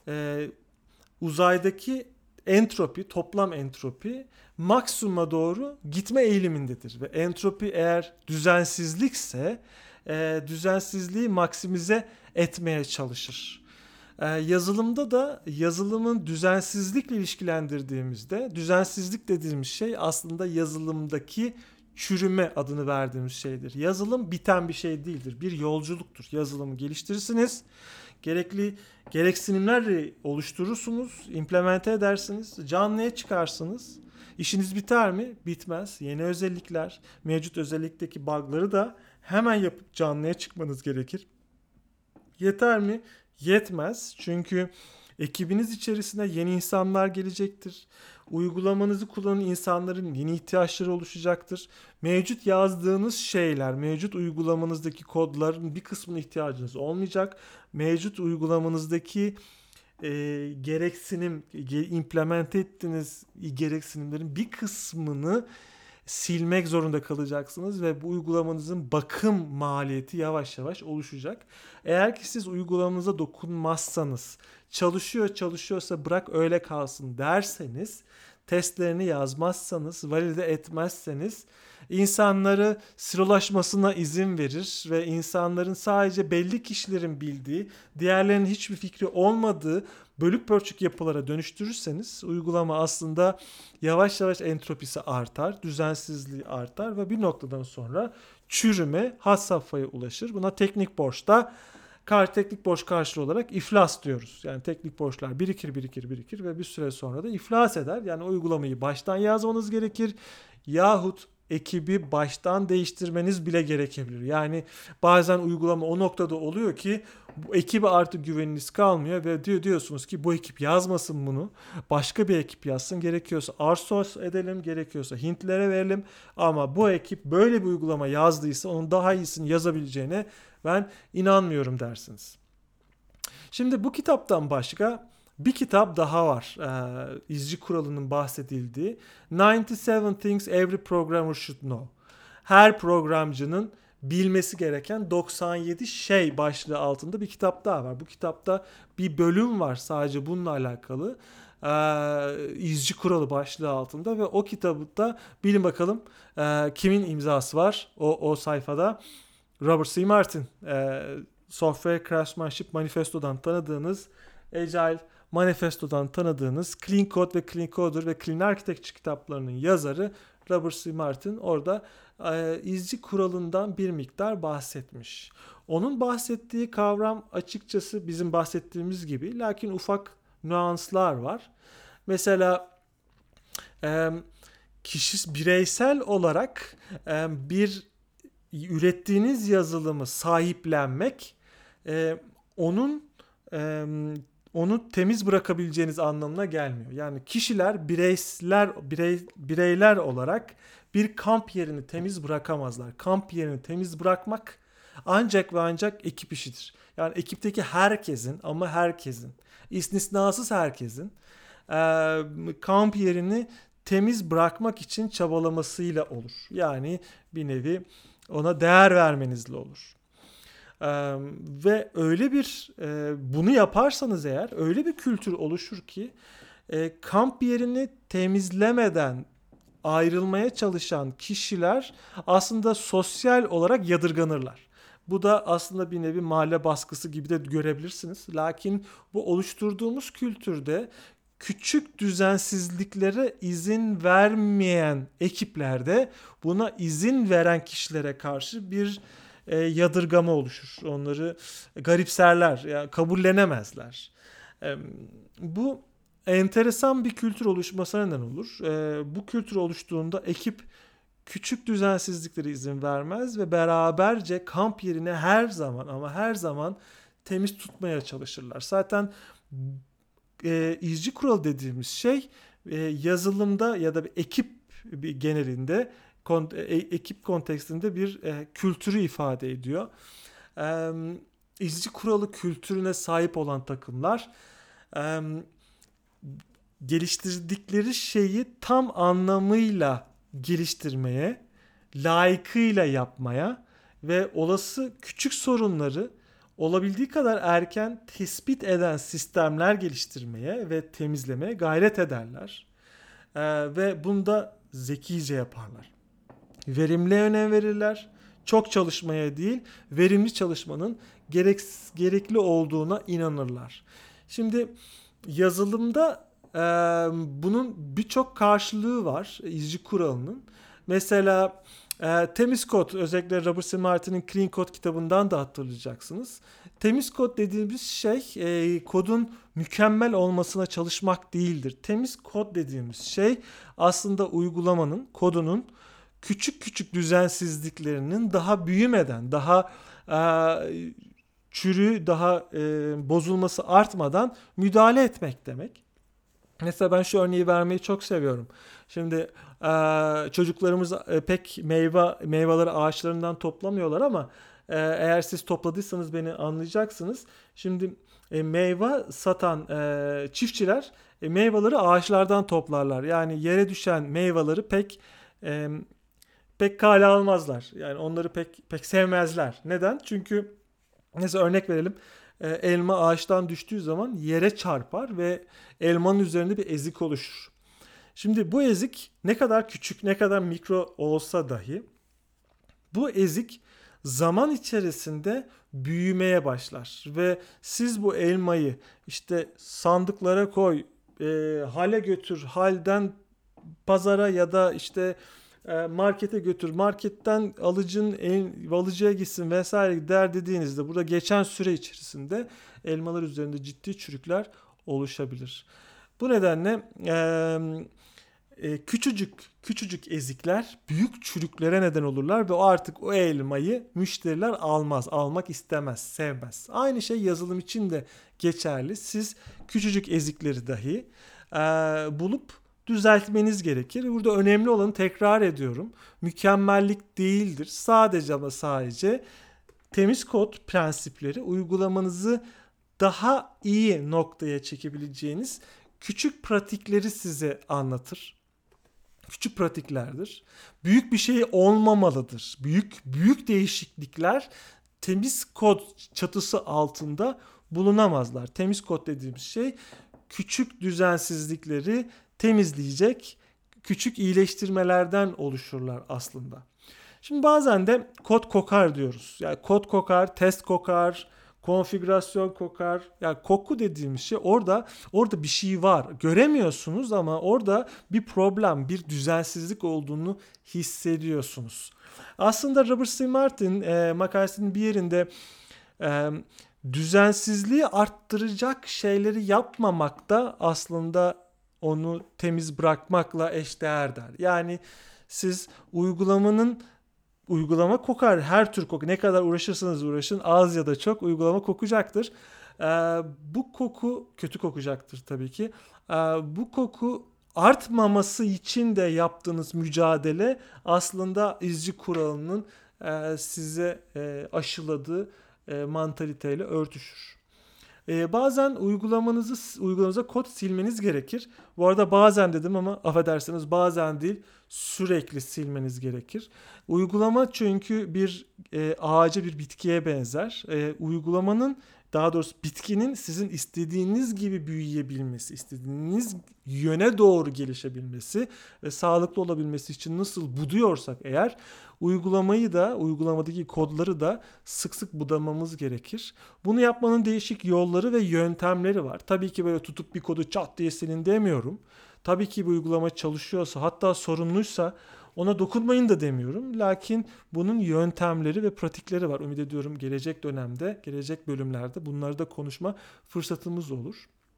Uzaydaki entropi, toplam entropi maksimuma doğru gitme eğilimindedir. Ve entropi eğer düzensizlikse düzensizliği maksimize etmeye çalışır. Yazılımda da yazılımın düzensizlikle ilişkilendirdiğimizde düzensizlik dediğimiz şey aslında yazılımdaki çürüme adını verdiğimiz şeydir. Yazılım biten bir şey değildir. Bir yolculuktur. Yazılımı geliştirirsiniz. Gerekli gereksinimler oluşturursunuz. İmplemente edersiniz. Canlıya çıkarsınız. İşiniz biter mi? Bitmez. Yeni özellikler, mevcut özellikteki bug'ları da hemen yapıp canlıya çıkmanız gerekir. Yeter mi? Yetmez. Çünkü ekibiniz içerisinde yeni insanlar gelecektir. Uygulamanızı kullanan insanların yeni ihtiyaçları oluşacaktır. Mevcut yazdığınız şeyler, mevcut uygulamanızdaki kodların bir kısmına ihtiyacınız olmayacak. Mevcut uygulamanızdaki implement ettiğiniz gereksinimlerin bir kısmını silmek zorunda kalacaksınız ve bu uygulamanızın bakım maliyeti yavaş yavaş oluşacak. Eğer ki siz uygulamanıza dokunmazsanız, çalışıyorsa bırak öyle kalsın derseniz, testlerini yazmazsanız, valide etmezseniz, insanları silolaşmasına izin verir ve insanların sadece belli kişilerin bildiği, diğerlerinin hiçbir fikri olmadığı bölük pörçük yapılara dönüştürürseniz, uygulama aslında yavaş yavaş entropisi artar, düzensizliği artar ve bir noktadan sonra çürüme had safhaya ulaşır. Buna teknik borçta teknik borç karşılığı olarak iflas diyoruz. Yani teknik borçlar birikir ve bir süre sonra da iflas eder. Yani uygulamayı baştan yazmanız gerekir yahut ekibi baştan değiştirmeniz bile gerekebilir. Yani bazen uygulama o noktada oluyor ki bu ekibe artık güveniniz kalmıyor ve diyorsunuz ki bu ekip yazmasın bunu. Başka bir ekip yazsın. Gerekiyorsa outsource edelim, gerekiyorsa Hintlilere verelim. Ama bu ekip böyle bir uygulama yazdıysa onun daha iyisini yazabileceğine ben inanmıyorum dersiniz. Şimdi bu kitaptan başka bir kitap daha var. İzci kuralının bahsedildiği 97 Things Every Programmer Should Know. Her programcının bilmesi gereken 97 şey başlığı altında bir kitap daha var. Bu kitapta bir bölüm var sadece bununla alakalı. İzci kuralı başlığı altında ve o kitabı bilin bakalım kimin imzası var o sayfada. Robert C. Martin, Software Craftsmanship Manifesto'dan tanıdığınız, Agile Manifesto'dan tanıdığınız Clean Code ve Clean Coder ve Clean Architecture kitaplarının yazarı Robert C. Martin orada izci kuralından bir miktar bahsetmiş. Onun bahsettiği kavram açıkçası bizim bahsettiğimiz gibi, lakin ufak nüanslar var. Mesela bireysel olarak bir ürettiğiniz yazılımı sahiplenmek onu temiz bırakabileceğiniz anlamına gelmiyor. Yani kişiler bireyler olarak bir kamp yerini temiz bırakamazlar. Kamp yerini temiz bırakmak ancak ve ancak ekip işidir. Yani ekipteki herkesin, istisnasız herkesin kamp yerini temiz bırakmak için çabalamasıyla olur. Yani bir nevi ona değer vermenizle olur. Ve öyle bir bunu yaparsanız eğer öyle bir kültür oluşur ki kamp yerini temizlemeden ayrılmaya çalışan kişiler aslında sosyal olarak yadırganırlar. Bu da aslında bir nevi mahalle baskısı gibi de görebilirsiniz. Lakin bu oluşturduğumuz kültürde küçük düzensizliklere izin vermeyen ekiplerde buna izin veren kişilere karşı bir yadırgama oluşur. Onları garipserler, yani kabullenemezler. Bu enteresan bir kültür oluşmasına neden olur. Bu kültür oluştuğunda ekip küçük düzensizliklere izin vermez ve beraberce kamp yerini her zaman temiz tutmaya çalışırlar. Zaten izci kural dediğimiz şey yazılımda ya da bir ekip genelinde ekip kontekstinde bir kültürü ifade ediyor. İzci kuralı kültürüne sahip olan takımlar geliştirdikleri şeyi tam anlamıyla geliştirmeye, layıkıyla yapmaya ve olası küçük sorunları olabildiği kadar erken tespit eden sistemler geliştirmeye ve temizlemeye gayret ederler. Ve bunu da zekice yaparlar. Verimliye önem verirler. Çok çalışmaya değil, verimli çalışmanın gerekli olduğuna inanırlar. Şimdi yazılımda bunun birçok karşılığı var izci kuralının. Mesela temiz kod, özellikle Robert C. Martin'in Clean Code kitabından da hatırlayacaksınız. Temiz kod dediğimiz şey kodun mükemmel olmasına çalışmak değildir. Temiz kod dediğimiz şey aslında uygulamanın, kodunun küçük düzensizliklerinin daha büyümeden, daha daha bozulması artmadan müdahale etmek demek. Mesela ben şu örneği vermeyi çok seviyorum. Şimdi çocuklarımız pek meyveleri ağaçlarından toplamıyorlar ama eğer siz topladıysanız beni anlayacaksınız. Şimdi meyve satan çiftçiler meyveleri ağaçlardan toplarlar. Yani yere düşen meyveleri pek e, pek kale almazlar. Yani onları pek sevmezler. Neden? Çünkü mesela örnek verelim. Elma ağaçtan düştüğü zaman yere çarpar ve elmanın üzerinde bir ezik oluşur. Şimdi bu ezik ne kadar küçük, ne kadar mikro olsa dahi bu ezik zaman içerisinde büyümeye başlar ve siz bu elmayı işte sandıklara koy, hale götür, halden pazara ya da işte markete götür, marketten alıcıya gitsin vesaire der dediğinizde burada geçen süre içerisinde elmalar üzerinde ciddi çürükler oluşabilir. Bu nedenle küçücük ezikler büyük çürüklere neden olurlar ve artık o elmayı müşteriler almak istemez, sevmez. Aynı şey yazılım için de geçerli. Siz küçücük ezikleri dahi bulup düzeltmeniz gerekir. Burada önemli olanı tekrar ediyorum. Mükemmellik değildir. Sadece ama sadece temiz kod prensipleri uygulamanızı daha iyi noktaya çekebileceğiniz küçük pratikleri size anlatır. Küçük pratiklerdir. Büyük bir şey olmamalıdır. Büyük değişiklikler temiz kod çatısı altında bulunamazlar. Temiz kod dediğimiz şey küçük düzensizlikleri temizleyecek küçük iyileştirmelerden oluşurlar aslında. Şimdi bazen de kod kokar diyoruz. Yani kod kokar, test kokar, konfigürasyon kokar. Yani koku dediğimiz şey orada bir şey var. Göremiyorsunuz ama orada bir problem, bir düzensizlik olduğunu hissediyorsunuz. Aslında Robert C. Martin makalesinin bir yerinde e, düzensizliği arttıracak şeyleri yapmamak da aslında onu temiz bırakmakla eşdeğer der. Yani siz uygulama kokar. Her tür koku. Ne kadar uğraşırsanız uğraşın az ya da çok uygulama kokacaktır. Bu koku kötü kokacaktır tabii ki. Bu koku artmaması için de yaptığınız mücadele aslında izci kuralının size aşıladığı mantaliteyle örtüşür. Bazen uygulamanıza kod silmeniz gerekir. Bu arada bazen dedim ama affedersiniz bazen değil sürekli silmeniz gerekir. Uygulama çünkü bir ağaca bir bitkiye benzer. Uygulamanın daha doğrusu bitkinin sizin istediğiniz gibi büyüyebilmesi, istediğiniz yöne doğru gelişebilmesi ve sağlıklı olabilmesi için nasıl buduyorsak eğer uygulamadaki kodları da sık sık budamamız gerekir. Bunu yapmanın değişik yolları ve yöntemleri var. Tabii ki böyle tutup bir kodu çat diye silin demiyorum. Tabii ki bu uygulama çalışıyorsa hatta sorunluysa ona dokunmayın da demiyorum. Lakin bunun yöntemleri ve pratikleri var. Ümit ediyorum gelecek dönemde, gelecek bölümlerde bunları da konuşma fırsatımız olur.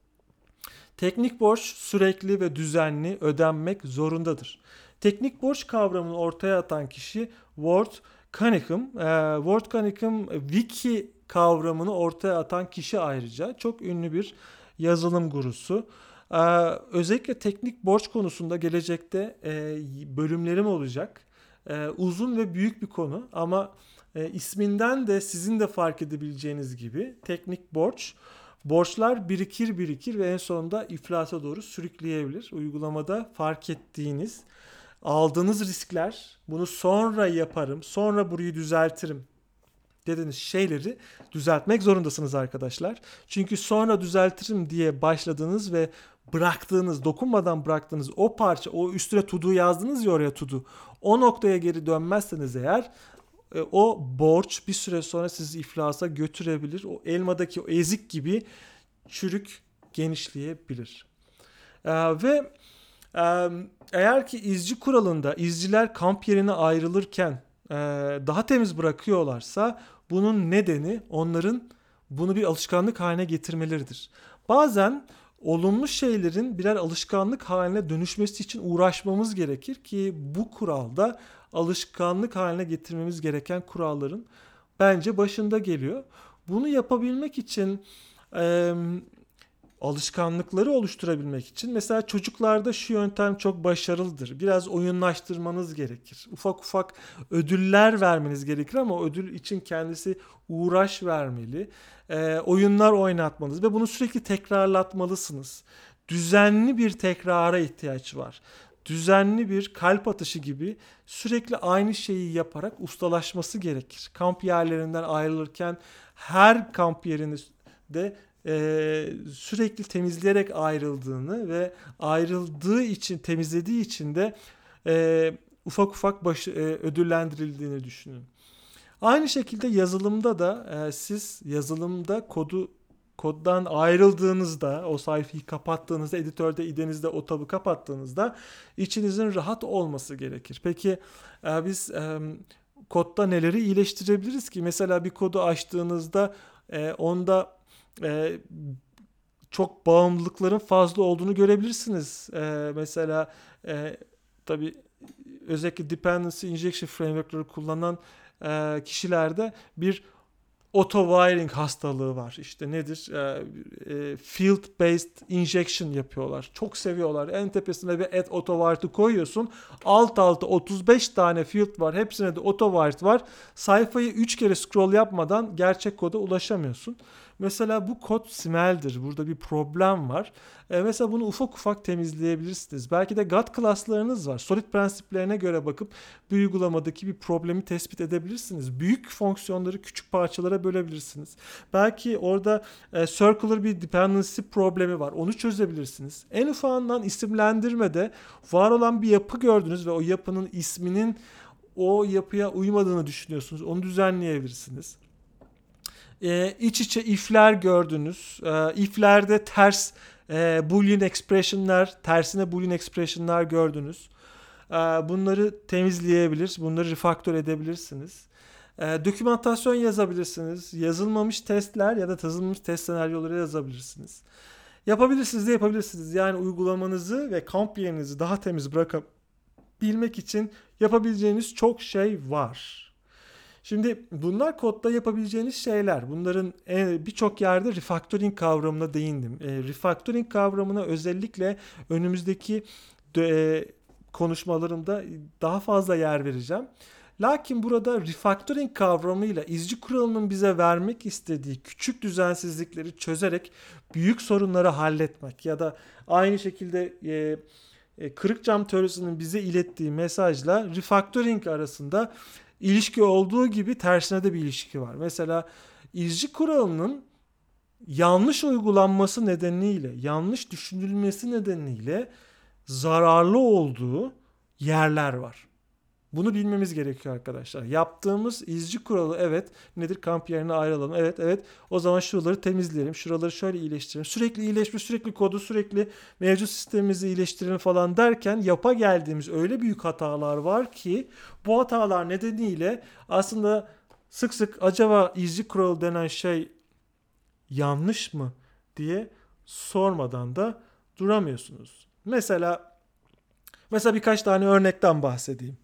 Teknik borç sürekli ve düzenli ödenmek zorundadır. Teknik borç kavramını ortaya atan kişi Ward Cunningham. Ward Cunningham wiki kavramını ortaya atan kişi ayrıca çok ünlü bir yazılım gurusu. Özellikle teknik borç konusunda gelecekte bölümlerim olacak. Uzun ve büyük bir konu ama isminden de sizin de fark edebileceğiniz gibi teknik borçlar birikir ve en sonunda iflasa doğru sürükleyebilir. Uygulamada fark ettiğiniz, aldığınız riskler, bunu sonra yaparım, sonra burayı düzeltirim dediğiniz şeyleri düzeltmek zorundasınız arkadaşlar. Çünkü sonra düzeltirim diye başladığınız ve dokunmadan bıraktığınız o parça, o üstüne to do yazdınız ya oraya to do. O noktaya geri dönmezseniz eğer o borç bir süre sonra sizi iflasa götürebilir. O elmadaki o ezik gibi çürük genişleyebilir. Ve eğer ki izci kuralında izciler kamp yerine ayrılırken daha temiz bırakıyorlarsa bunun nedeni onların bunu bir alışkanlık haline getirmeleridir. Bazen olumlu şeylerin birer alışkanlık haline dönüşmesi için uğraşmamız gerekir ki bu kuralda alışkanlık haline getirmemiz gereken kuralların bence başında geliyor. Bunu yapabilmek için alışkanlıkları oluşturabilmek için mesela çocuklarda şu yöntem çok başarılıdır. Biraz oyunlaştırmanız gerekir. Ufak ufak ödüller vermeniz gerekir ama o ödül için kendisi uğraş vermeli. Oyunlar oynatmanız ve bunu sürekli tekrarlatmalısınız. Düzenli bir tekrara ihtiyaç var. düzenli bir kalp atışı gibi sürekli aynı şeyi yaparak ustalaşması gerekir. Kamp yerlerinden ayrılırken her kamp yerini de sürekli temizleyerek ayrıldığını ve ayrıldığı için, temizlediği için de ufak ufak ödüllendirildiğini düşünün. Aynı şekilde yazılımda da siz yazılımda koddan ayrıldığınızda, o sayfayı kapattığınızda, editörde idenizde o tabı kapattığınızda içinizin rahat olması gerekir. Peki biz kodda neleri iyileştirebiliriz ki? Mesela bir kodu açtığınızda onda çok bağımlılıkların fazla olduğunu görebilirsiniz. Mesela tabii özellikle dependency injection framework'ları kullanan kişilerde bir auto-wiring hastalığı var. İşte nedir? Field-based injection yapıyorlar. Çok seviyorlar. En tepesine bir add auto-wired'ı koyuyorsun. Alt alta 35 tane field var. Hepsine de auto-wired var. Sayfayı 3 kere scroll yapmadan gerçek koda ulaşamıyorsun. Mesela bu kod smeldir. Burada bir problem var. Mesela bunu ufak ufak temizleyebilirsiniz. Belki de God class'larınız var. Solid prensiplerine göre bakıp bir uygulamadaki bir problemi tespit edebilirsiniz. Büyük fonksiyonları küçük parçalara bölebilirsiniz. Belki orada circular bir dependency problemi var. Onu çözebilirsiniz. En ufağından isimlendirmede var olan bir yapı gördünüz ve o yapının isminin o yapıya uymadığını düşünüyorsunuz. Onu düzenleyebilirsiniz. İç içe if'ler gördünüz. If'lerde ters boolean expression'lar, tersine boolean expression'lar gördünüz. Bunları temizleyebilir, bunları refactor edebilirsiniz. Dokümantasyon yazabilirsiniz. Yazılmamış testler ya da yazılmamış test senaryoları yazabilirsiniz. Yapabilirsiniz de yapabilirsiniz. Yani uygulamanızı ve kamp yerinizi daha temiz bırakabilmek için yapabileceğiniz çok şey var. Şimdi bunlar kodda yapabileceğiniz şeyler. Bunların birçok yerde refactoring kavramına değindim. Refactoring kavramına özellikle önümüzdeki konuşmalarımda daha fazla yer vereceğim. Lakin burada refactoring kavramıyla izci kuralının bize vermek istediği küçük düzensizlikleri çözerek büyük sorunları halletmek ya da aynı şekilde kırık cam teorisinin bize ilettiği mesajla refactoring arasında ilişki olduğu gibi tersine de bir ilişki var. Mesela izci kuralının yanlış uygulanması nedeniyle, yanlış düşünülmesi nedeniyle zararlı olduğu yerler var. Bunu bilmemiz gerekiyor arkadaşlar. Yaptığımız izci kuralı evet nedir? Kamp yerine ayrılalım. Evet. O zaman şuraları temizleyelim. Şuraları şöyle iyileştirelim. Sürekli iyileşme, sürekli kodu, sürekli mevcut sistemimizi iyileştirelim falan derken yapa geldiğimiz öyle büyük hatalar var ki bu hatalar nedeniyle aslında sık sık acaba izci kuralı denen şey yanlış mı diye sormadan da duramıyorsunuz. Mesela birkaç tane örnekten bahsedeyim.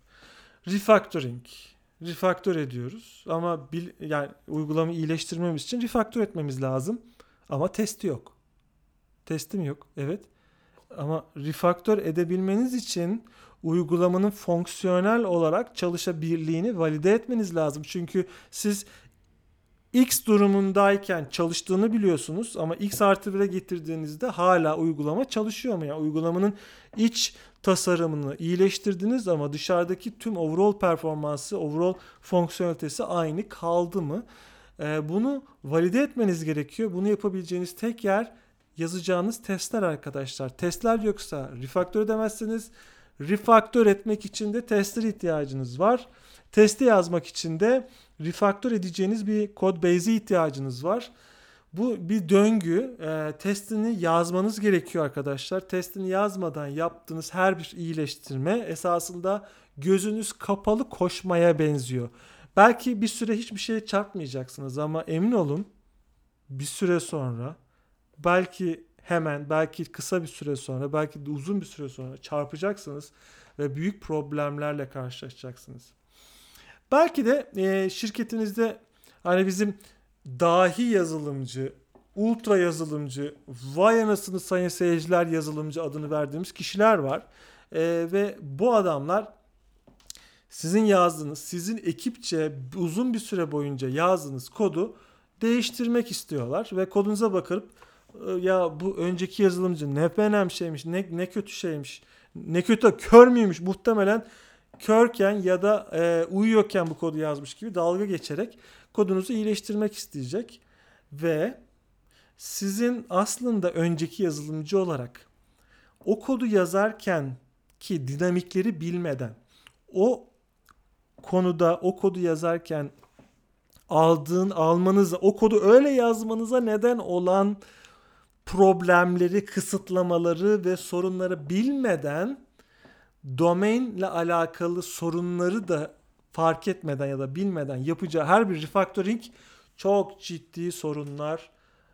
Refaktör ediyoruz ama yani uygulamayı iyileştirmemiz için refaktör etmemiz lazım. Ama testi yok. Testim yok. Evet. Ama refaktör edebilmeniz için uygulamanın fonksiyonel olarak çalışabildiğini valide etmeniz lazım. Çünkü siz X durumundayken çalıştığını biliyorsunuz ama X artı 1'e getirdiğinizde hala uygulama çalışıyor mu? Yani uygulamanın iç tasarımını iyileştirdiniz ama dışarıdaki tüm overall performansı, overall fonksiyonelitesi aynı kaldı mı? Bunu valide etmeniz gerekiyor. Bunu yapabileceğiniz tek yer yazacağınız testler arkadaşlar. Testler yoksa refaktör edemezsiniz. Refaktör etmek için de testler ihtiyacınız var. Testi yazmak için de refaktör edeceğiniz bir kod base'e ihtiyacınız var. Bu bir döngü. Testini yazmanız gerekiyor arkadaşlar. Testini yazmadan yaptığınız her bir iyileştirme esasında gözünüz kapalı koşmaya benziyor. Belki bir süre hiçbir şeye çarpmayacaksınız ama emin olun bir süre sonra belki hemen, belki kısa bir süre sonra, belki de uzun bir süre sonra çarpacaksınız ve büyük problemlerle karşılaşacaksınız. Belki de şirketinizde hani bizim dahi yazılımcı, ultra yazılımcı, vay anasını sayın seyirciler yazılımcı adını verdiğimiz kişiler var. Ve bu adamlar sizin yazdığınız, sizin ekipçe uzun bir süre boyunca yazdığınız kodu değiştirmek istiyorlar. Ve kodunuza bakıp ya bu önceki yazılımcı ne benem şeymiş, ne kötü şeymiş, ne kötü, kör müymüş, muhtemelen körken ya da uyuyorken bu kodu yazmış gibi dalga geçerek kodunuzu iyileştirmek isteyecek. Ve sizin aslında önceki yazılımcı olarak o kodu yazarken ki dinamikleri bilmeden o konuda o kodu yazarken almanıza, o kodu öyle yazmanıza neden olan problemleri, kısıtlamaları ve sorunları bilmeden, domainle alakalı sorunları da fark etmeden ya da bilmeden yapacağı her bir refactoring çok ciddi sorunlar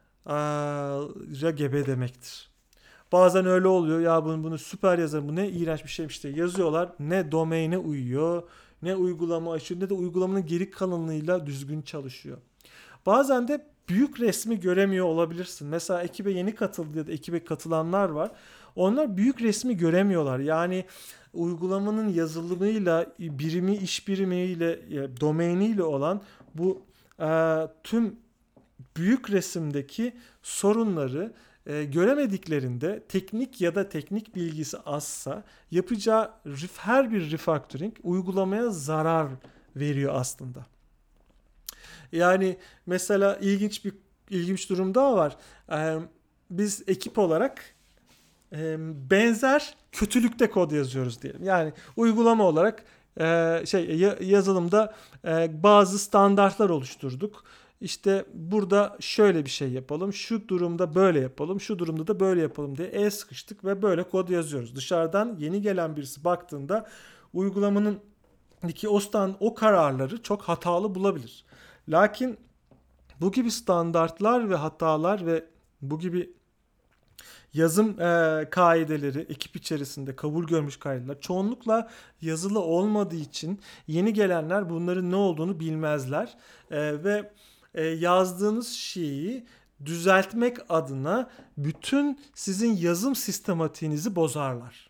gebe demektir. Bazen öyle oluyor. Ya bunu süper yazarım, bu ne iğrenç bir şeymiş diye yazıyorlar. Ne domaine uyuyor, ne uygulama açıyor, ne de uygulamanın geri kalanıyla düzgün çalışıyor. Bazen de büyük resmi göremiyor olabilirsin. Mesela ekibe yeni katıldı ya da ekibe katılanlar var. Onlar büyük resmi göremiyorlar. Yani uygulamanın yazılımıyla, iş birimiyle, domainiyle olan bu tüm büyük resimdeki sorunları göremediklerinde, teknik ya da teknik bilgisi azsa, yapacağı her bir refactoring uygulamaya zarar veriyor aslında. Yani mesela ilginç durum daha var. Biz ekip olarak benzer kötülükte kod yazıyoruz diyelim. Yani uygulama olarak yazılımda bazı standartlar oluşturduk. İşte burada şöyle bir şey yapalım, şu durumda böyle yapalım, şu durumda da böyle yapalım diye el sıkıştık ve böyle kod yazıyoruz. Dışarıdan yeni gelen birisi baktığında uygulamanın o kararları çok hatalı bulabilir. Lakin bu gibi standartlar ve hatalar ve bu gibi yazım kaideleri, ekip içerisinde kabul görmüş kaideler çoğunlukla yazılı olmadığı için yeni gelenler bunların ne olduğunu bilmezler. Ve yazdığınız şeyi düzeltmek adına bütün sizin yazım sistematiğinizi bozarlar.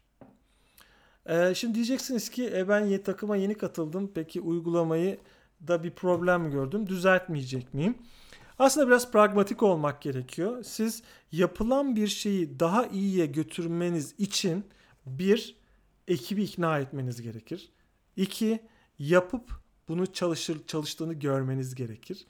Şimdi diyeceksiniz ki ben takıma yeni katıldım. Peki uygulamayı da bir problem gördüm. Düzeltmeyecek miyim? Aslında biraz pragmatik olmak gerekiyor. Siz yapılan bir şeyi daha iyiye götürmeniz için bir, ekibi ikna etmeniz gerekir. İki, yapıp bunu çalıştığını görmeniz gerekir.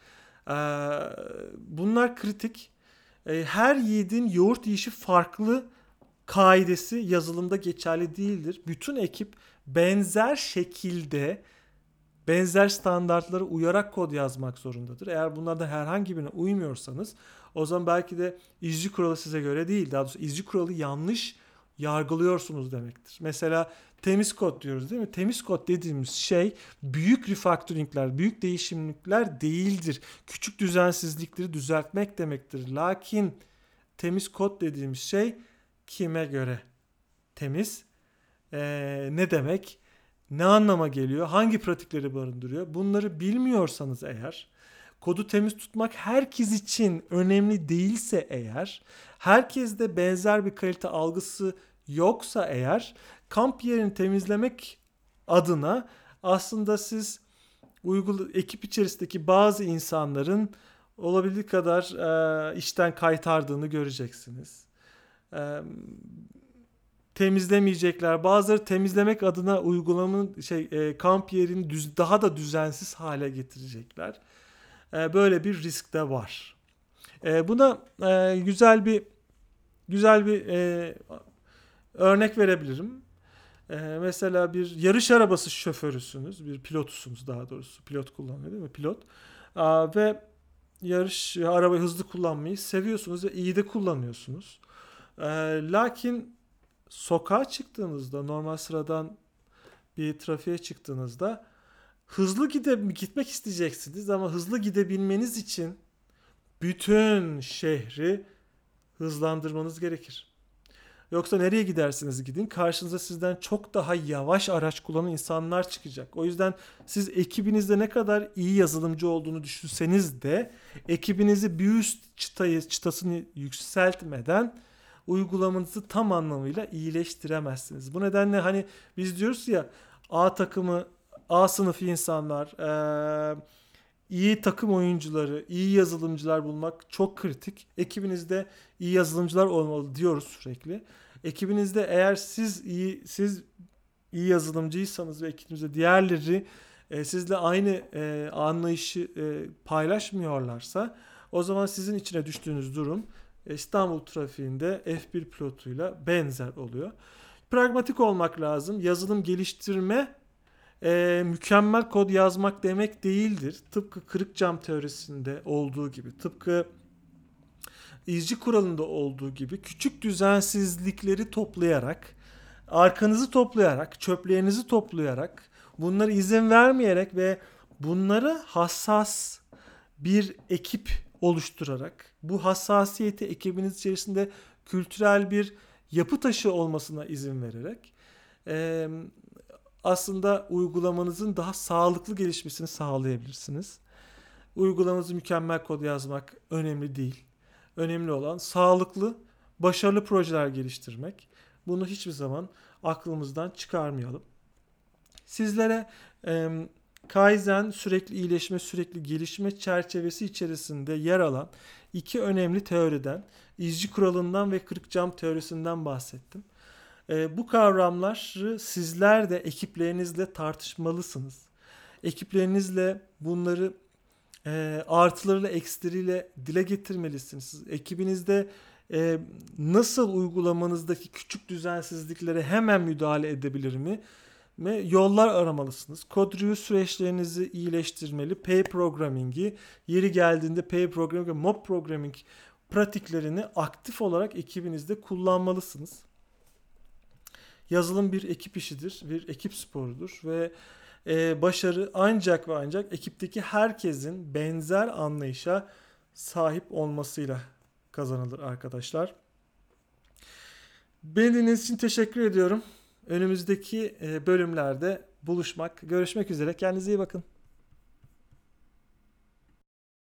Bunlar kritik. Her yiğidin yoğurt yiyişi farklı kaidesi yazılımda geçerli değildir. Bütün ekip benzer şekilde benzer standartlara uyarak kod yazmak zorundadır. Eğer bunlardan herhangi birine uymuyorsanız o zaman belki de izci kuralı size göre değil. Daha doğrusu izci kuralı yanlış yargılıyorsunuz demektir. Mesela temiz kod diyoruz değil mi? Temiz kod dediğimiz şey büyük refactoringler, büyük değişimlikler değildir. Küçük düzensizlikleri düzeltmek demektir. Lakin temiz kod dediğimiz şey kime göre temiz? Ne demek? Ne anlama geliyor? Hangi pratikleri barındırıyor? Bunları bilmiyorsanız eğer, kodu temiz tutmak herkes için önemli değilse eğer, herkeste benzer bir kalite algısı yoksa eğer, kamp yerini temizlemek adına aslında siz ekip içerisindeki bazı insanların olabildiği kadar işten kaytardığını göreceksiniz. Temizlemeyecekler. Bazıları temizlemek adına uygulamanın kamp yerini daha da düzensiz hale getirecekler. Böyle bir risk de var. Buna güzel bir örnek verebilirim. Mesela bir yarış arabası şoförüsünüz, bir pilotusunuz daha doğrusu. Pilot kullanıyor değil mi? Pilot. Ve arabayı hızlı kullanmayı seviyorsunuz ve iyi de kullanıyorsunuz. Lakin sokağa çıktığınızda, normal sıradan bir trafiğe çıktığınızda hızlı gitmek isteyeceksiniz ama hızlı gidebilmeniz için bütün şehri hızlandırmanız gerekir. Yoksa nereye gidersiniz gidin, karşınıza sizden çok daha yavaş araç kullanan insanlar çıkacak. O yüzden siz ekibinizde ne kadar iyi yazılımcı olduğunu düşünseniz de ekibinizi bir üst çıtasını yükseltmeden uygulamanızı tam anlamıyla iyileştiremezsiniz. Bu nedenle hani biz diyoruz ya, A sınıfı insanlar, iyi takım oyuncuları, iyi yazılımcılar bulmak çok kritik. Ekibinizde iyi yazılımcılar olmalı diyoruz sürekli. Ekibinizde eğer siz iyi yazılımcıysanız ve ekibinizde diğerleri sizle aynı anlayışı paylaşmıyorlarsa, o zaman sizin içine düştüğünüz durum İstanbul trafiğinde F1 pilotuyla benzer oluyor. Pragmatik olmak lazım. Yazılım geliştirme mükemmel kod yazmak demek değildir. Tıpkı kırık cam teorisinde olduğu gibi, tıpkı izci kuralında olduğu gibi küçük düzensizlikleri toplayarak, arkanızı toplayarak, çöplerinizi toplayarak, bunları izin vermeyerek ve bunları hassas bir ekip oluşturarak, bu hassasiyeti ekibiniz içerisinde kültürel bir yapı taşı olmasına izin vererek e, aslında uygulamanızın daha sağlıklı gelişmesini sağlayabilirsiniz. Uygulamanızı mükemmel kod yazmak önemli değil. Önemli olan sağlıklı, başarılı projeler geliştirmek. Bunu hiçbir zaman aklımızdan çıkarmayalım. Sizlere Kaizen, sürekli iyileşme, sürekli gelişme çerçevesi içerisinde yer alan iki önemli teoriden, izci kuralından ve kırık cam teorisinden bahsettim. Bu kavramları sizler de ekiplerinizle tartışmalısınız. Ekiplerinizle bunları artılarıyla eksileriyle dile getirmelisiniz. Siz ekibinizde nasıl uygulamanızdaki küçük düzensizliklere hemen müdahale edebilir mi? Ve yollar aramalısınız. Kod review süreçlerinizi iyileştirmeli. Pair programming'i, yeri geldiğinde pair programming ve mob programming pratiklerini aktif olarak ekibinizde kullanmalısınız. Yazılım bir ekip işidir, bir ekip sporudur ve başarı ancak ve ancak ekipteki herkesin benzer anlayışa sahip olmasıyla kazanılır arkadaşlar. Beni dinlediğiniz için teşekkür ediyorum. Önümüzdeki bölümlerde görüşmek üzere. Kendinize iyi bakın.